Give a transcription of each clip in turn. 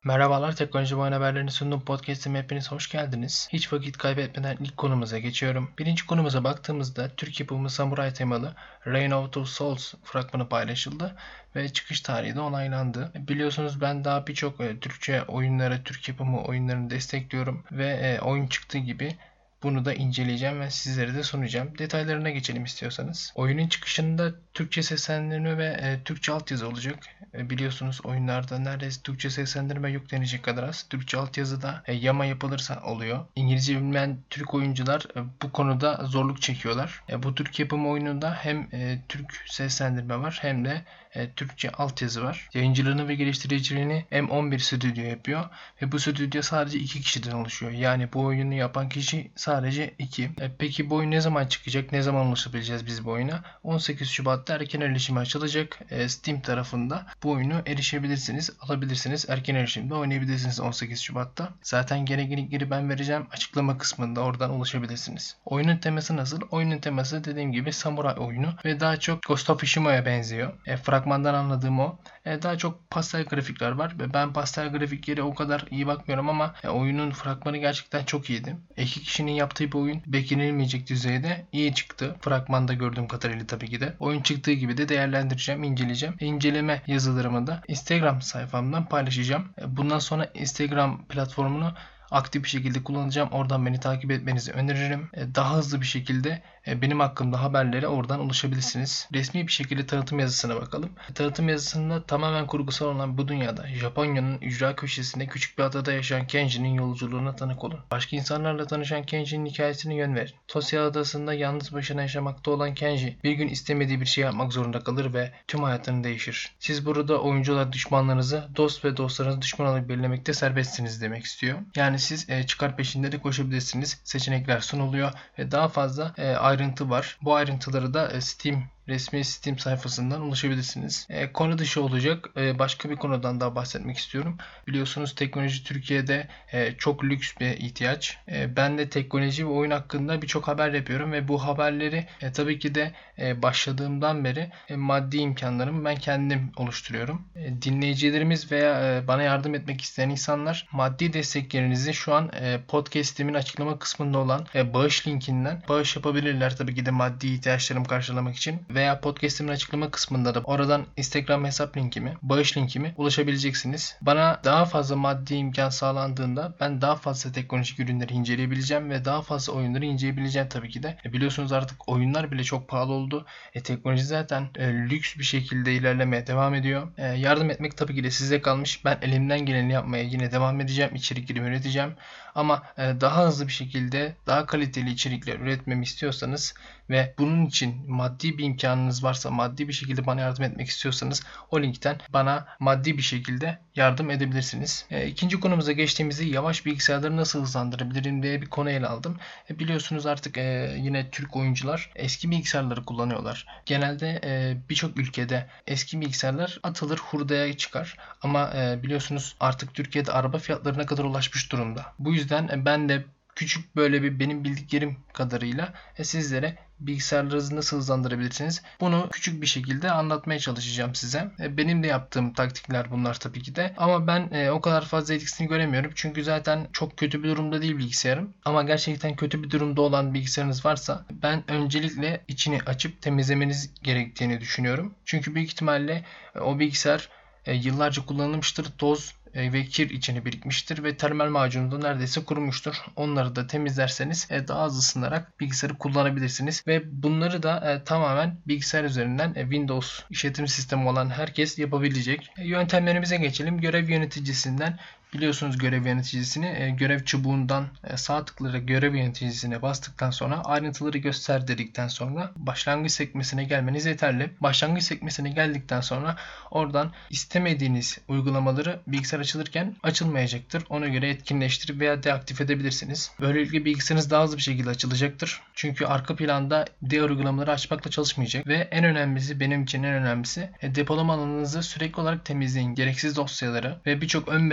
Merhabalar, teknoloji ve oyun haberlerini sunduğum podcast'ime hepiniz hoş geldiniz. Hiç vakit kaybetmeden ilk konumuza geçiyorum. Birinci konumuza baktığımızda Türk yapımı samuray temalı Reign of Two Souls fragmanı paylaşıldı ve çıkış tarihi de onaylandı. Biliyorsunuz ben daha birçok Türkçe oyunları, Türk yapımı oyunlarını destekliyorum ve oyun çıktığı gibi bunu da inceleyeceğim ve sizlere de sunacağım. Detaylarına geçelim istiyorsanız. Oyunun çıkışında Türkçe seslendirme ve Türkçe altyazı olacak. Biliyorsunuz oyunlarda neredeyse Türkçe seslendirme yok denecek kadar az. Türkçe altyazı da yama yapılırsa oluyor. İngilizce bilmeyen Türk oyuncular bu konuda zorluk çekiyorlar. Bu Türk yapımı oyununda hem Türk seslendirme var hem de Türkçe altyazı var. Yayıncılığını ve geliştiriciliğini M11 Stüdyo yapıyor ve bu stüdyo sadece 2 kişiden oluşuyor. Yani bu oyunu yapan kişi sadece 2. Peki bu oyun ne zaman çıkacak? Ne zaman ulaşabileceğiz biz bu oyuna? 18 Şubat'ta erken erişime açılacak. Steam tarafında bu oyunu erişebilirsiniz, alabilirsiniz. Erken erişimde oynayabilirsiniz 18 Şubat'ta. Zaten gerekli linkleri ben vereceğim. Açıklama kısmında oradan ulaşabilirsiniz. Oyunun teması nasıl? Oyunun teması dediğim gibi samuray oyunu ve daha çok Ghost of Tsushima'ya benziyor. Fragmandan anladığım o. Daha çok pastel grafikler var ve ben pastel grafikleri o kadar iyi bakmıyorum ama oyunun fragmanı gerçekten çok iyiydi. İki kişinin yaptığı bir oyun beklenilmeyecek düzeyde iyi çıktı. Fragmanda gördüğüm kadarıyla tabii ki de. Oyun çıktığı gibi de değerlendireceğim, inceleyeceğim. İnceleme yazılarımı da Instagram sayfamdan paylaşacağım. Bundan sonra Instagram platformunu aktif bir şekilde kullanacağım. Oradan beni takip etmenizi öneririm. Daha hızlı bir şekilde benim hakkımda haberlere oradan ulaşabilirsiniz. Resmi bir şekilde tanıtım yazısına bakalım. Tanıtım yazısında tamamen kurgusal olan bu dünyada Japonya'nın ücra köşesinde küçük bir adada yaşayan Kenji'nin yolculuğuna tanık olun. Başka insanlarla tanışan Kenji'nin hikayesine yön verin. Tosya adasında yalnız başına yaşamakta olan Kenji bir gün istemediği bir şey yapmak zorunda kalır ve tüm hayatını değişir. Siz burada oyuncular düşmanlarınızı, dost ve dostlarınızı düşman olarak belirlemekte serbestsiniz demek istiyor. Yani siz çıkar peşinde de koşabilirsiniz. Seçenekler sunuluyor ve daha fazla ayrıntı var. Bu ayrıntıları da resmi Steam sayfasından ulaşabilirsiniz. Konu dışı olacak. Başka bir konudan daha bahsetmek istiyorum. Biliyorsunuz teknoloji Türkiye'de çok lüks bir ihtiyaç. Ben de teknoloji ve oyun hakkında birçok haber yapıyorum ve bu haberleri tabii ki de başladığımdan beri maddi imkanlarımı ben kendim oluşturuyorum. Dinleyicilerimiz veya bana yardım etmek isteyen insanlar maddi desteklerinizi şu an podcast'imin açıklama kısmında olan bağış linkinden bağış yapabilirler. Tabii ki de maddi ihtiyaçlarımı karşılamak için. Veya podcast'imin açıklama kısmında da oradan Instagram hesap linkimi, bağış linkimi ulaşabileceksiniz. Bana daha fazla maddi imkan sağlandığında ben daha fazla teknolojik ürünleri inceleyebileceğim ve daha fazla oyunları inceleyebileceğim tabii ki de. Biliyorsunuz artık oyunlar bile çok pahalı oldu. Teknoloji zaten lüks bir şekilde ilerlemeye devam ediyor. Yardım etmek tabii ki de size kalmış. Ben elimden geleni yapmaya yine devam edeceğim. İçerikleri üreteceğim. Ama daha hızlı bir şekilde daha kaliteli içerikler üretmemi istiyorsanız ve bunun için maddi bir imkanınız varsa, maddi bir şekilde bana yardım etmek istiyorsanız o linkten bana maddi bir şekilde yardım edebilirsiniz. İkinci konumuza geçtiğimizde yavaş bilgisayarları nasıl hızlandırabilirim diye bir konu ele aldım. Biliyorsunuz artık yine Türk oyuncular eski bilgisayarları kullanıyorlar. Genelde birçok ülkede eski bilgisayarlar atılır, hurdaya çıkar. Ama biliyorsunuz artık Türkiye'de araba fiyatlarına kadar ulaşmış durumda. Bu yüzden ben de küçük böyle bir benim bildiklerim kadarıyla sizlere bilgisayarlarınızı nasıl hızlandırabilirsiniz? Bunu küçük bir şekilde anlatmaya çalışacağım size. Benim de yaptığım taktikler bunlar tabii ki de. Ama ben o kadar fazla etkisini göremiyorum. Çünkü zaten çok kötü bir durumda değil bilgisayarım. Ama gerçekten kötü bir durumda olan bilgisayarınız varsa ben öncelikle içini açıp temizlemeniz gerektiğini düşünüyorum. Çünkü büyük ihtimalle o bilgisayar yıllarca kullanılmıştır. Toz ve kir içine birikmiştir ve termal macunu da neredeyse kurumuştur. Onları da temizlerseniz daha az ısınarak bilgisayarı kullanabilirsiniz ve bunları da tamamen bilgisayar üzerinden Windows işletim sistemi olan herkes yapabilecek. Yöntemlerimize geçelim. Görev yöneticisinden biliyorsunuz görev yöneticisini görev çubuğundan sağ tıklayarak görev yöneticisine bastıktan sonra ayrıntıları göster dedikten sonra başlangıç sekmesine gelmeniz yeterli. Başlangıç sekmesine geldikten sonra oradan istemediğiniz uygulamaları bilgisayar açılırken açılmayacaktır. Ona göre etkinleştirip veya deaktif edebilirsiniz. Böylelikle bilgisayarınız daha hızlı bir şekilde açılacaktır. Çünkü arka planda diğer uygulamaları açmakla çalışmayacak ve en önemlisi benim için depolama alanınızı sürekli olarak temizleyin. Gereksiz dosyaları ve birçok ön bellek dosyaları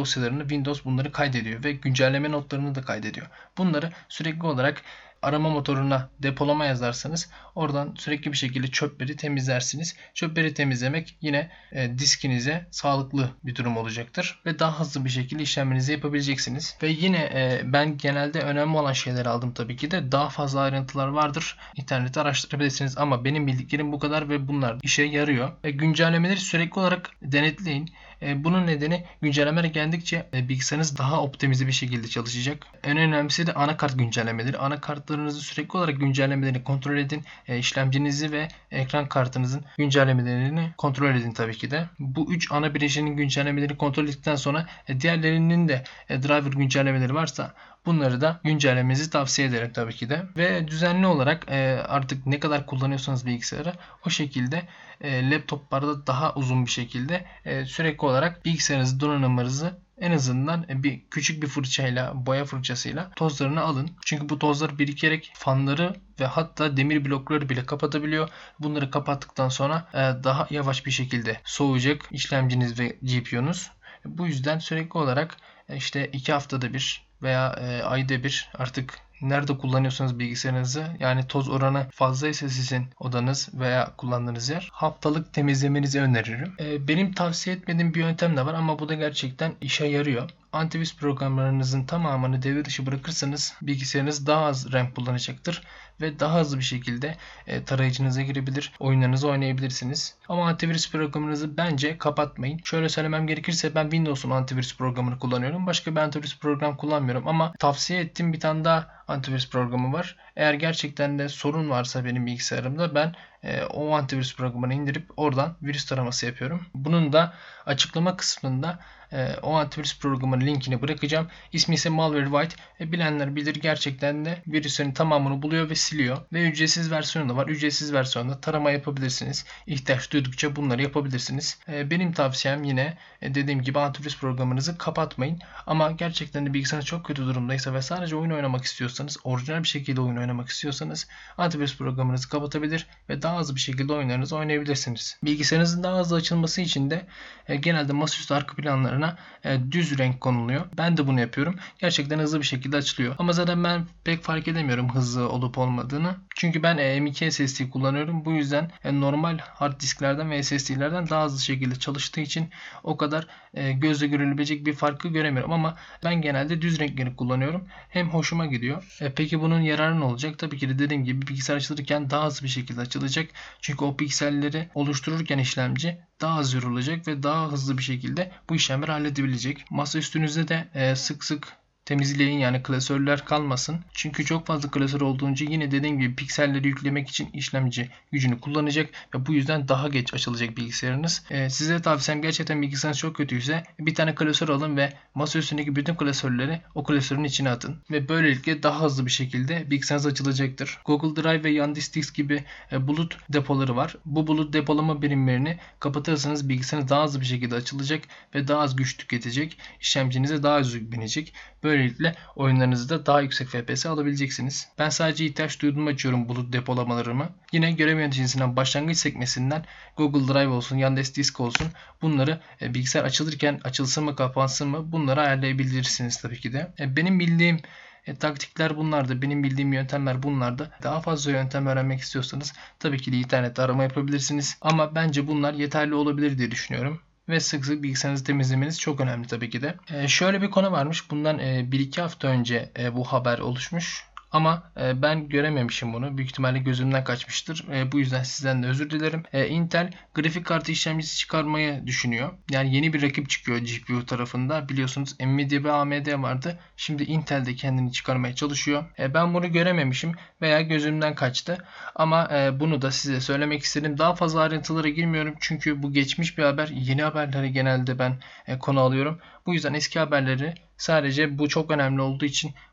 dosyalarını Windows bunları kaydediyor ve güncelleme notlarını da kaydediyor. Bunları sürekli olarak arama motoruna depolama yazarsanız oradan sürekli bir şekilde çöpleri temizlersiniz. Çöpleri temizlemek yine diskinize sağlıklı bir durum olacaktır ve daha hızlı bir şekilde işlemlerinizi yapabileceksiniz. Ve yine ben genelde önemli olan şeyleri aldım tabii ki de. Daha fazla ayrıntılar vardır. İnternette araştırabilirsiniz ama benim bildiklerim bu kadar ve bunlar işe yarıyor. Ve güncellemeleri sürekli olarak denetleyin. Bunun nedeni güncellemeler geldikçe bilgisayarınız daha optimize bir şekilde çalışacak. En önemlisi de anakart güncellemeleri. Anakartlarınızı sürekli olarak güncellemelerini kontrol edin. İşlemcinizi ve ekran kartınızın güncellemelerini kontrol edin tabii ki de. Bu 3 ana bileşenin güncellemelerini kontrol ettikten sonra diğerlerinin de driver güncellemeleri varsa bunları da güncellemenizi tavsiye ederim tabii ki de. Ve düzenli olarak artık ne kadar kullanıyorsanız bilgisayarı o şekilde laptoplarda daha uzun bir şekilde sürekli olarak bilgisayarınızı, donanımınızı en azından küçük bir fırçayla, boya fırçasıyla tozlarını alın. Çünkü bu tozlar birikerek fanları ve hatta demir blokları bile kapatabiliyor. Bunları kapattıktan sonra daha yavaş bir şekilde soğuyacak işlemciniz ve GPU'nuz. Bu yüzden sürekli olarak işte 2 haftada bir veya ayda bir artık nerede kullanıyorsanız bilgisayarınızı, yani toz oranı fazlaysa sizin odanız veya kullandığınız yer, haftalık temizlemenizi öneririm. Benim tavsiye etmediğim bir yöntem de var ama bu da gerçekten işe yarıyor. Antivirüs programlarınızın tamamını devre dışı bırakırsanız bilgisayarınız daha az RAM kullanacaktır ve daha hızlı bir şekilde tarayıcınıza girebilir, oyunlarınızı oynayabilirsiniz. Ama antivirüs programınızı bence kapatmayın. Şöyle söylemem gerekirse ben Windows'un antivirüs programını kullanıyorum. Başka bir antivirüs program kullanmıyorum ama tavsiye ettiğim bir tane daha antivirüs programı var. Eğer gerçekten de sorun varsa benim bilgisayarımda ben o antivirüs programını indirip oradan virüs taraması yapıyorum. Bunun da açıklama kısmında o antivirüs programının linkini bırakacağım. İsmi ise Malwarebytes. Bilenler bilir, gerçekten de virüslerin tamamını buluyor ve siliyor. Ve ücretsiz versiyonu da var. Ücretsiz versiyonda tarama yapabilirsiniz. İhtiyaç duydukça bunları yapabilirsiniz. Benim tavsiyem yine dediğim gibi antivirüs programınızı kapatmayın. Ama gerçekten de bilgisayarınız çok kötü durumdaysa ve sadece oyun oynamak istiyorsanız, orijinal bir şekilde oyun oynamak istiyorsanız antivirüs programınızı kapatabilir ve daha hızlı bir şekilde oyunlarınızı oynayabilirsiniz. Bilgisayarınızın daha hızlı açılması için de genelde masaüstü arka planlarına düz renk konuluyor. Ben de bunu yapıyorum. Gerçekten hızlı bir şekilde açılıyor. Ama zaten ben pek fark edemiyorum hızlı olup olmadığını. Çünkü ben M.2 SSD kullanıyorum. Bu yüzden normal hard disklerden ve SSD'lerden daha hızlı şekilde çalıştığı için o kadar gözle görülebilecek bir farkı göremiyorum. Ama ben genelde düz renkleri kullanıyorum. Hem hoşuma gidiyor. Peki bunun yararı ne olacak? Tabii ki de dediğim gibi bilgisayar açılırken daha hızlı bir şekilde açılacak. Çünkü o pikselleri oluştururken işlemci daha az yorulacak ve daha hızlı bir şekilde bu işlemleri halledebilecek. Masa üstünüzde de sık sık temizleyin, yani klasörler kalmasın. Çünkü çok fazla klasör olduğunca yine dediğim gibi pikselleri yüklemek için işlemci gücünü kullanacak ve bu yüzden daha geç açılacak bilgisayarınız. Size tavsiyem, gerçekten bilgisayarınız çok kötüyse bir tane klasör alın ve masa üstündeki bütün klasörleri o klasörün içine atın. Ve böylelikle daha hızlı bir şekilde bilgisayarınız açılacaktır. Google Drive ve Yandex gibi bulut depoları var. Bu bulut depolama birimlerini kapatırsanız bilgisayarınız daha hızlı bir şekilde açılacak ve daha az güç tüketecek. İşlemcinize daha az yük binecek. Böylelikle oyunlarınızı da daha yüksek FPS alabileceksiniz. Ben sadece ihtiyaç duyduğumda açıyorum bulut depolamalarımı. Yine görev yöneticisinden, başlangıç sekmesinden Google Drive olsun, Yandex Disk olsun, bunları bilgisayar açılırken açılsın mı kapansın mı bunları ayarlayabilirsiniz tabii ki de. Benim bildiğim taktikler bunlardı. Benim bildiğim yöntemler bunlardı. Daha fazla yöntem öğrenmek istiyorsanız tabii ki de internette arama yapabilirsiniz. Ama bence bunlar yeterli olabilir diye düşünüyorum. Ve sık sık bilgisayarınızı temizlemeniz çok önemli tabii ki de. Şöyle bir konu varmış. Bundan 1-2 hafta önce bu haber oluşmuş. Ama ben görememişim bunu. Büyük ihtimalle gözümden kaçmıştır. Bu yüzden sizden de özür dilerim. Intel grafik kartı işlemcisi çıkarmayı düşünüyor. Yani yeni bir rakip çıkıyor GPU tarafında. Biliyorsunuz Nvidia ve AMD vardı. Şimdi Intel de kendini çıkarmaya çalışıyor. Ben bunu görememişim veya gözümden kaçtı. Ama bunu da size söylemek istedim. Daha fazla ayrıntılara girmiyorum. Çünkü bu geçmiş bir haber. Yeni haberleri genelde ben konu alıyorum. Bu yüzden eski haberleri sadece bu çok önemli olduğu için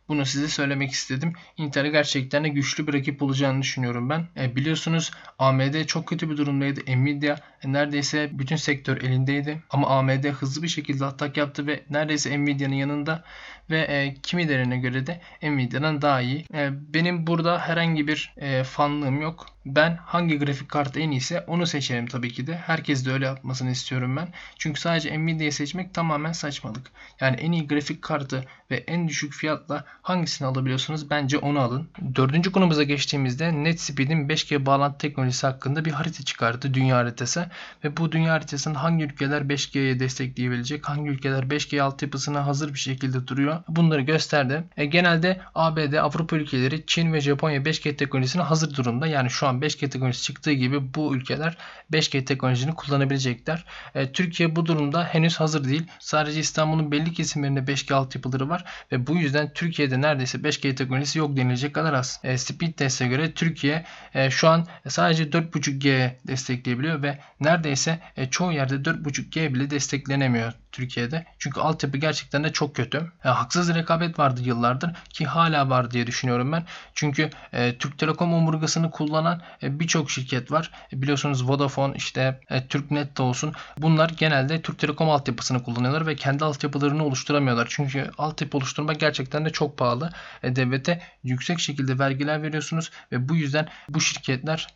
Bunu size söylemek istedim. Intel gerçekten de güçlü bir rakip olacağını düşünüyorum ben. Biliyorsunuz AMD çok kötü bir durumdaydı. Nvidia neredeyse bütün sektör elindeydi. Ama AMD hızlı bir şekilde atak yaptı ve neredeyse Nvidia'nın yanında ve kimilerine göre de Nvidia'dan daha iyi. Benim burada herhangi bir fanlığım yok. Ben hangi grafik kartı en iyiyse onu seçerim tabii ki de. Herkes de öyle yapmasını istiyorum ben. Çünkü sadece Nvidia'yı seçmek tamamen saçmalık. Yani en iyi grafik kartı ve en düşük fiyatla hangisini alabiliyorsunuz? Bence onu alın. Dördüncü konumuza geçtiğimizde NetSpeed'in 5G bağlantı teknolojisi hakkında bir harita çıkardı. Dünya haritası. Ve bu dünya haritasının hangi ülkeler 5G'ye destekleyebilecek, hangi ülkeler 5G altyapısına hazır bir şekilde duruyor, bunları gösterdi. Genelde ABD, Avrupa ülkeleri, Çin ve Japonya 5G teknolojisine hazır durumda. Yani şu an 5G teknolojisi çıktığı gibi bu ülkeler 5G teknolojisini kullanabilecekler. Türkiye bu durumda henüz hazır değil. Sadece İstanbul'un belli kesimlerinde 5G altyapıları var ve bu yüzden Türkiye'de neredeyse 5G teknolojisi yok denilecek kadar az. Speedtest'e göre Türkiye şu an sadece 4.5G destekleyebiliyor ve neredeyse çoğu yerde 4.5G bile desteklenemiyor Türkiye'de. Çünkü altyapı gerçekten de çok kötü. Haksız rekabet vardı yıllardır ki hala var diye düşünüyorum ben. Çünkü Türk Telekom omurgasını kullanan birçok şirket var. Biliyorsunuz Vodafone, işte Türknet de olsun. Bunlar genelde Türk Telekom altyapısını kullanıyorlar ve kendi altyapılarını oluşturamıyorlar. Çünkü altyapı oluşturmak gerçekten de çok pahalı. Devlete yüksek şekilde vergiler veriyorsunuz ve bu yüzden bu şirketler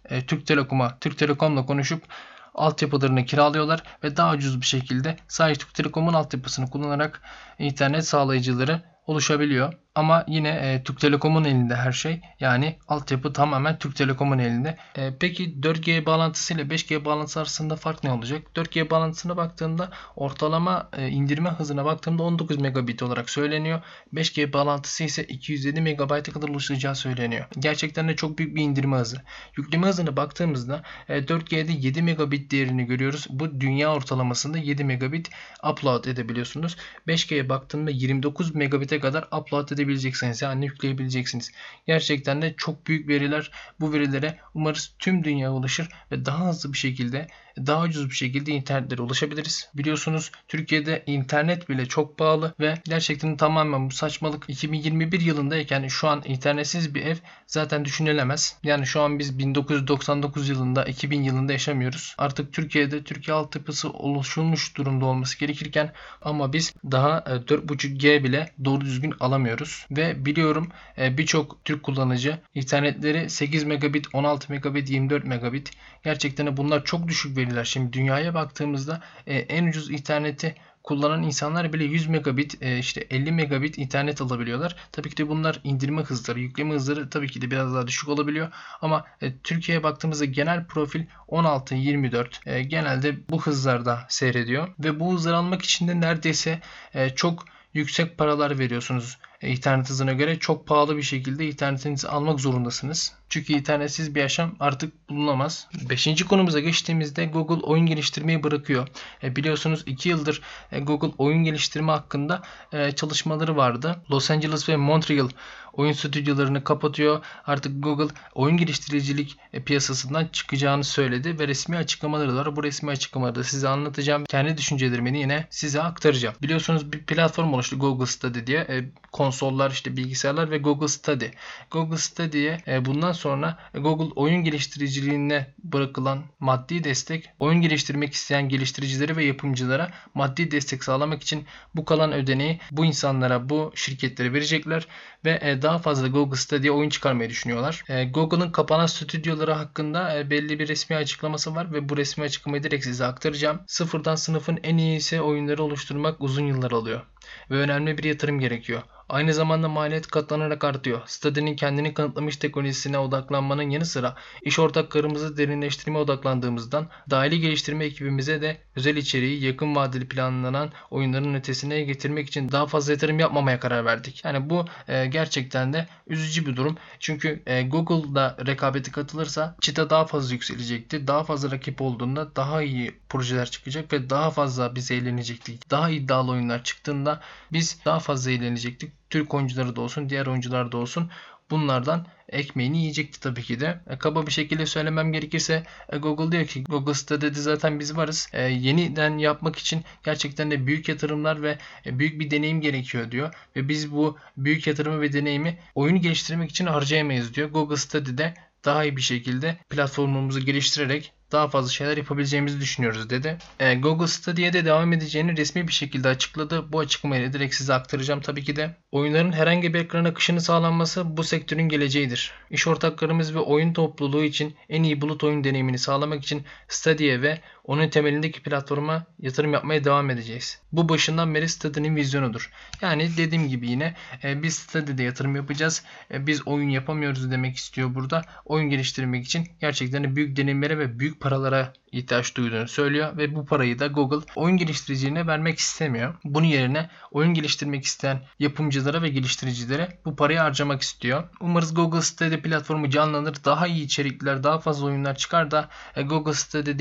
Türk Telekom'la konuşup altyapılarını kiralıyorlar ve daha ucuz bir şekilde sadece Türk Telekom'un altyapısını kullanarak internet sağlayıcıları oluşabiliyor. Ama yine Türk Telekom'un elinde her şey. Yani altyapı tamamen Türk Telekom'un elinde. Peki 4G bağlantısı ile 5G bağlantısı arasında fark ne olacak? 4G bağlantısına baktığımda ortalama indirme hızına baktığımda 19 megabit olarak söyleniyor. 5G bağlantısı ise 207 megabayta kadar ulaşacağı söyleniyor. Gerçekten de çok büyük bir indirme hızı. Yükleme hızına baktığımızda 4G'de 7 megabit değerini görüyoruz. Bu dünya ortalamasında 7 megabit upload edebiliyorsunuz. 5G'ye baktığımda 29 megabit'e kadar upload edebileceksiniz. Yani yükleyebileceksiniz. Gerçekten de çok büyük veriler. Bu verilere umarız tüm dünya ulaşır ve daha hızlı bir şekilde, daha ucuz bir şekilde internetlere ulaşabiliriz. Biliyorsunuz Türkiye'de internet bile çok pahalı ve gerçekten tamamen bu saçmalık. 2021 yılındayken şu an internetsiz bir ev zaten düşünülemez. Yani şu an biz 1999 yılında, 2000 yılında yaşamıyoruz. Artık Türkiye altyapısı oluşulmuş durumda olması gerekirken ama biz daha 4.5G bile doğru düzgün alamıyoruz. Ve biliyorum birçok Türk kullanıcı internetleri 8 megabit, 16 megabit, 24 megabit. Gerçekten de bunlar çok düşük veriler. Şimdi dünyaya baktığımızda en ucuz interneti kullanan insanlar bile 100 megabit, işte 50 megabit internet alabiliyorlar. Tabii ki de bunlar indirme hızları, yükleme hızları tabii ki de biraz daha düşük olabiliyor. Ama Türkiye'ye baktığımızda genel profil 16-24 genelde bu hızlarda seyrediyor. Ve bu hızları almak için de neredeyse çok yüksek paralar veriyorsunuz. İnternet hızına göre çok pahalı bir şekilde internetinizi almak zorundasınız. Çünkü internetsiz bir yaşam artık bulunamaz. 5. konumuza geçtiğimizde Google oyun geliştirmeyi bırakıyor. Biliyorsunuz 2 yıldır Google oyun geliştirme hakkında çalışmaları vardı. Los Angeles ve Montreal oyun stüdyolarını kapatıyor. Artık Google oyun geliştiricilik piyasasından çıkacağını söyledi ve resmi açıklamaları var. Bu resmi açıklamaları da size anlatacağım. Kendi düşüncelerimi yine size aktaracağım. Biliyorsunuz bir platform oluştu Google Study diye. Konsollar, işte bilgisayarlar ve Google Study. Google Study'ye bundan sonra Google oyun geliştiriciliğine bırakılan maddi destek, oyun geliştirmek isteyen geliştiricilere ve yapımcılara maddi destek sağlamak için bu kalan ödeneği bu insanlara, bu şirketlere verecekler ve daha fazla Google Stadya'ya oyun çıkarmayı düşünüyorlar. Google'ın kapanan stüdyoları hakkında belli bir resmi açıklaması var ve bu resmi açıklamayı direkt size aktaracağım. Sıfırdan sınıfın en iyisi oyunları oluşturmak uzun yıllar alıyor ve önemli bir yatırım gerekiyor. Aynı zamanda maliyet katlanarak artıyor. Stadya'nın kendini kanıtlamış teknolojisine odaklanmanın yanı sıra iş ortaklarımızı derinleştirmeye odaklandığımızdan dahili geliştirme ekibimize de özel içeriği yakın vadeli planlanan oyunların ötesine getirmek için daha fazla yatırım yapmamaya karar verdik. Yani bu gerçekten de üzücü bir durum. Çünkü Google'da rekabete katılırsa çıta daha fazla yükselecekti. Daha fazla rakip olduğunda daha iyi projeler çıkacak ve daha fazla biz eğlenecektik. Daha iddialı oyunlar çıktığında biz daha fazla eğlenecektik. Türk oyuncuları da olsun, diğer oyuncular da olsun bunlardan ekmeğini yiyecekti tabii ki de. Kaba bir şekilde söylemem gerekirse Google diyor ki Google Stadya'da zaten biz varız. Yeniden yapmak için gerçekten de büyük yatırımlar ve büyük bir deneyim gerekiyor diyor. Ve biz bu büyük yatırımı ve deneyimi oyunu geliştirmek için harcayamayız diyor. Google Stadya'da daha iyi bir şekilde platformumuzu geliştirerek daha fazla şeyler yapabileceğimizi düşünüyoruz dedi. Google Stadia'da devam edeceğini resmi bir şekilde açıkladı. Bu açıklamayı direkt size aktaracağım tabii ki de. Oyunların herhangi bir ekran akışını sağlanması bu sektörün geleceğidir. İş ortaklarımız ve oyun topluluğu için en iyi bulut oyun deneyimini sağlamak için Stadia ve onun temelindeki platforma yatırım yapmaya devam edeceğiz. Bu başından beri Stadia'nın vizyonudur. Yani dediğim gibi yine biz Stadia'da yatırım yapacağız. Biz oyun yapamıyoruz demek istiyor burada. Oyun geliştirmek için gerçekten büyük deneyimlere ve büyük paralara ihtiyaç duyduğunu söylüyor ve bu parayı da Google oyun geliştiricilerine vermek istemiyor. Bunun yerine oyun geliştirmek isteyen yapımcılara ve geliştiricilere bu parayı harcamak istiyor. Umarız Google Stadia platformu canlanır, daha iyi içerikler, daha fazla oyunlar çıkar da Google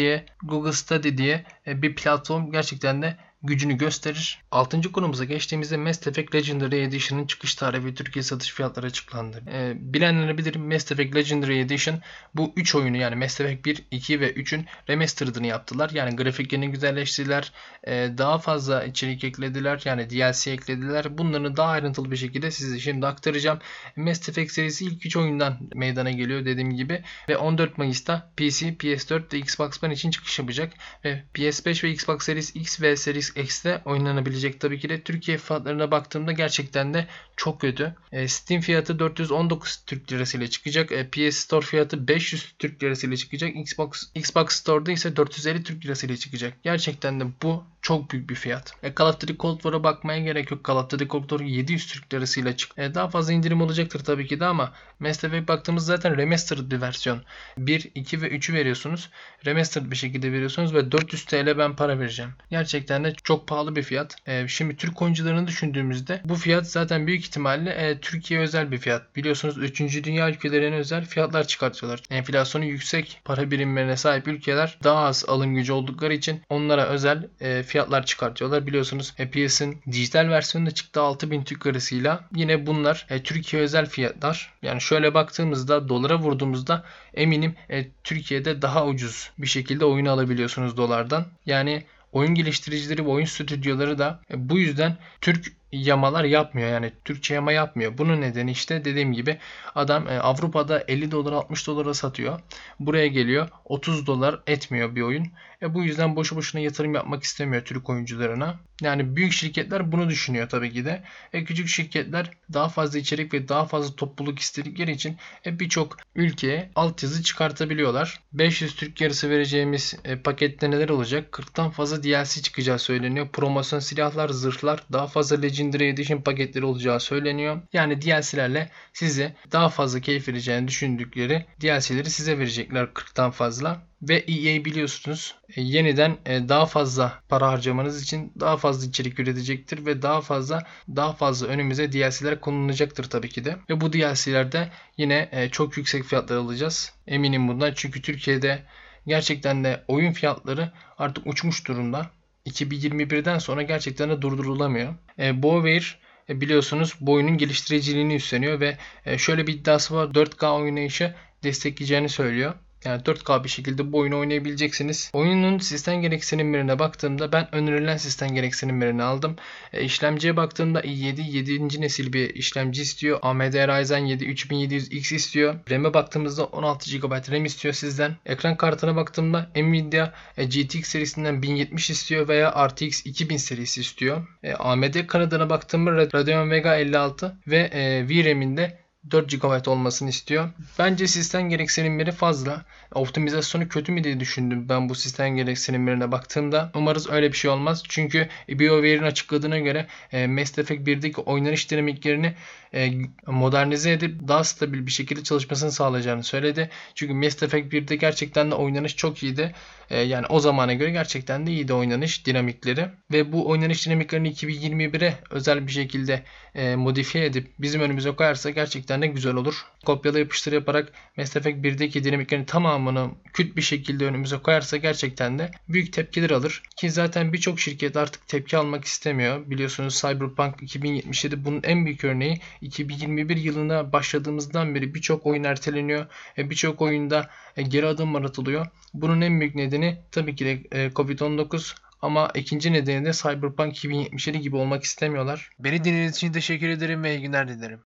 Stadia diye bir platform gerçekten de gücünü gösterir. 6. konumuza geçtiğimizde Mass Effect Legendary Edition'ın çıkış tarihi ve Türkiye satış fiyatları açıklandı. Bilenlere bilir, Mass Effect Legendary Edition bu 3 oyunu yani Mass Effect 1, 2 ve 3'ün remastered'ını yaptılar. Yani grafiklerini güzelleştirdiler. Daha fazla içerik eklediler. Yani DLC eklediler. Bunları daha ayrıntılı bir şekilde size şimdi aktaracağım. Mass Effect serisi ilk 3 oyundan meydana geliyor dediğim gibi. Ve 14 Mayıs'ta PC, PS4 ve Xbox One için çıkış yapacak. Ve PS5 ve Xbox Series X ve Series X'te oynanabilecek tabii ki de. Türkiye fiyatlarına baktığımda gerçekten de çok kötü. Steam fiyatı 419 Türk Lirası ile çıkacak. PS Store fiyatı 500 Türk Lirası ile çıkacak. Xbox Store'da ise 450 Türk Lirası ile çıkacak. Gerçekten de bu çok büyük bir fiyat. Call of Duty Cold War'a bakmaya gerek yok. Call of Duty Cold War 700 Türk Lirası ile çık. Daha fazla indirim olacaktır tabii ki de ama Mass Effect baktığımız zaten remastered bir versiyon. 1, 2 ve 3'ü veriyorsunuz. Remastered bir şekilde veriyorsunuz ve 400 TL ben para vereceğim. Gerçekten de çok pahalı bir fiyat. Şimdi Türk oyuncularını düşündüğümüzde bu fiyat zaten büyük ihtimalle Türkiye özel bir fiyat. Biliyorsunuz 3. dünya ülkelerine özel fiyatlar çıkartıyorlar. Enflasyonu yüksek para birimlerine sahip ülkeler daha az alım gücü oldukları için onlara özel fiyatlar çıkartıyorlar. Biliyorsunuz PS'in dijital versiyonu da çıktı 6000 Türk lirasıyla. Yine bunlar Türkiye özel fiyatlar. Yani şöyle baktığımızda dolara vurduğumuzda eminim Türkiye'de daha ucuz bir şekilde oyun alabiliyorsunuz dolardan. Yani oyun geliştiricileri ve oyun stüdyoları da bu yüzden Türk yamalar yapmıyor. Yani Türkçe yama yapmıyor. Bunun nedeni işte dediğim gibi adam Avrupa'da 50 dolar 60 dolara satıyor. Buraya geliyor 30 dolar etmiyor bir oyun. Bu yüzden boşu boşuna yatırım yapmak istemiyor Türk oyuncularına. Yani büyük şirketler bunu düşünüyor tabii ki de. Küçük şirketler daha fazla içerik ve daha fazla topluluk istedikleri için birçok ülkeye altyazı çıkartabiliyorlar. 500 Türk lirası vereceğimiz pakette neler olacak? 40'tan fazla DLC çıkacağı söyleniyor. Promosyon silahlar, zırhlar, daha fazla Legendary Edition paketleri olacağı söyleniyor. Yani DLC'lerle size daha fazla keyif vereceğini düşündükleri DLC'leri size verecekler 40'tan fazla. Ve EA biliyorsunuz yeniden daha fazla para harcamanız için daha fazla içerik üretecektir ve daha fazla önümüze DLC'ler konulacaktır tabii ki de. Ve bu DLC'lerde yine çok yüksek fiyatlar alacağız. Eminim bundan çünkü Türkiye'de gerçekten de oyun fiyatları artık uçmuş durumda. 2021'den sonra gerçekten de durdurulamıyor. BioWare biliyorsunuz bu oyunun geliştiriciliğini üstleniyor ve şöyle bir iddiası var, 4K oynayışı destekleyeceğini söylüyor. Yani 4K bir şekilde bu oyunu oynayabileceksiniz. Oyunun sistem gereksinimlerine baktığımda ben önerilen sistem gereksinimlerini aldım. İşlemciye baktığımda i7 7. nesil bir işlemci istiyor. AMD Ryzen 7 3700X istiyor. RAM'e baktığımızda 16 GB RAM istiyor sizden. Ekran kartına baktığımda Nvidia GTX serisinden 1070 istiyor veya RTX 2000 serisi istiyor. AMD kanadına baktığımda Radeon Vega 56 ve VRAM'inde 4 GB olmasını istiyor. Bence sistem gereksinimleri fazla. Optimizasyonu kötü mü diye düşündüm ben bu sistem gereksinimlerine baktığımda. Umarız öyle bir şey olmaz. Çünkü BioWare'in açıkladığına göre Mass Effect 1'deki oynanış dinamiklerini modernize edip daha stabil bir şekilde çalışmasını sağlayacağını söyledi. Çünkü Mass Effect 1'de gerçekten de oynanış çok iyiydi. Yani o zamana göre gerçekten de iyiydi oynanış dinamikleri. Ve bu oynanış dinamiklerini 2021'e özel bir şekilde modifiye edip bizim önümüze koyarsa gerçekten de güzel olur. Kopyala yapıştır yaparak Mass Effect 1'deki dinamiklerin tamamını kült bir şekilde önümüze koyarsa gerçekten de büyük tepkiler alır. Ki zaten birçok şirket artık tepki almak istemiyor. Biliyorsunuz Cyberpunk 2077 bunun en büyük örneği. 2021 yılına başladığımızdan beri birçok oyun erteleniyor. Birçok oyunda geri adımlar atılıyor. Bunun en büyük nedeni tabii ki de Covid-19. Ama ikinci nedeni de Cyberpunk 2077 gibi olmak istemiyorlar. Beni dinlediğiniz için teşekkür ederim ve iyi günler dilerim.